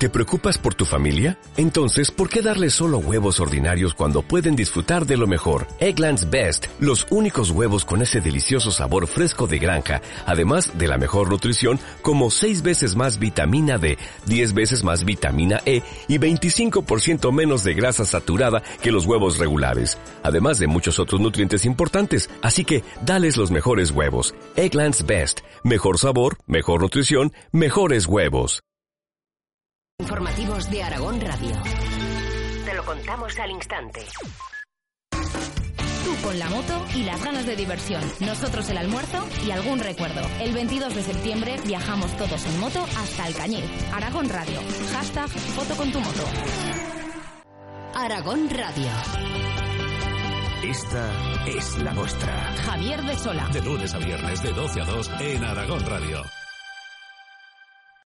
¿Te preocupas por tu familia? Entonces, ¿por qué darles solo huevos ordinarios cuando pueden disfrutar de lo mejor? Eggland's Best, los únicos huevos con ese delicioso sabor fresco de granja, además de la mejor nutrición, como 6 veces más vitamina D, 10 veces más vitamina E y 25% menos de grasa saturada que los huevos regulares, además de muchos otros nutrientes importantes. Así que, dales los mejores huevos. Eggland's Best, mejor sabor, mejor nutrición, mejores huevos. Informativos de Aragón Radio. Te lo contamos al instante. Tú con la moto y las ganas de diversión. Nosotros el almuerzo y algún recuerdo. El 22 de septiembre viajamos todos en moto hasta Alcañiz. Aragón Radio. Hashtag foto con tu moto. Aragón Radio. Esta es la nuestra. Javier de Sola. De lunes a viernes de 12 a 2 en Aragón Radio.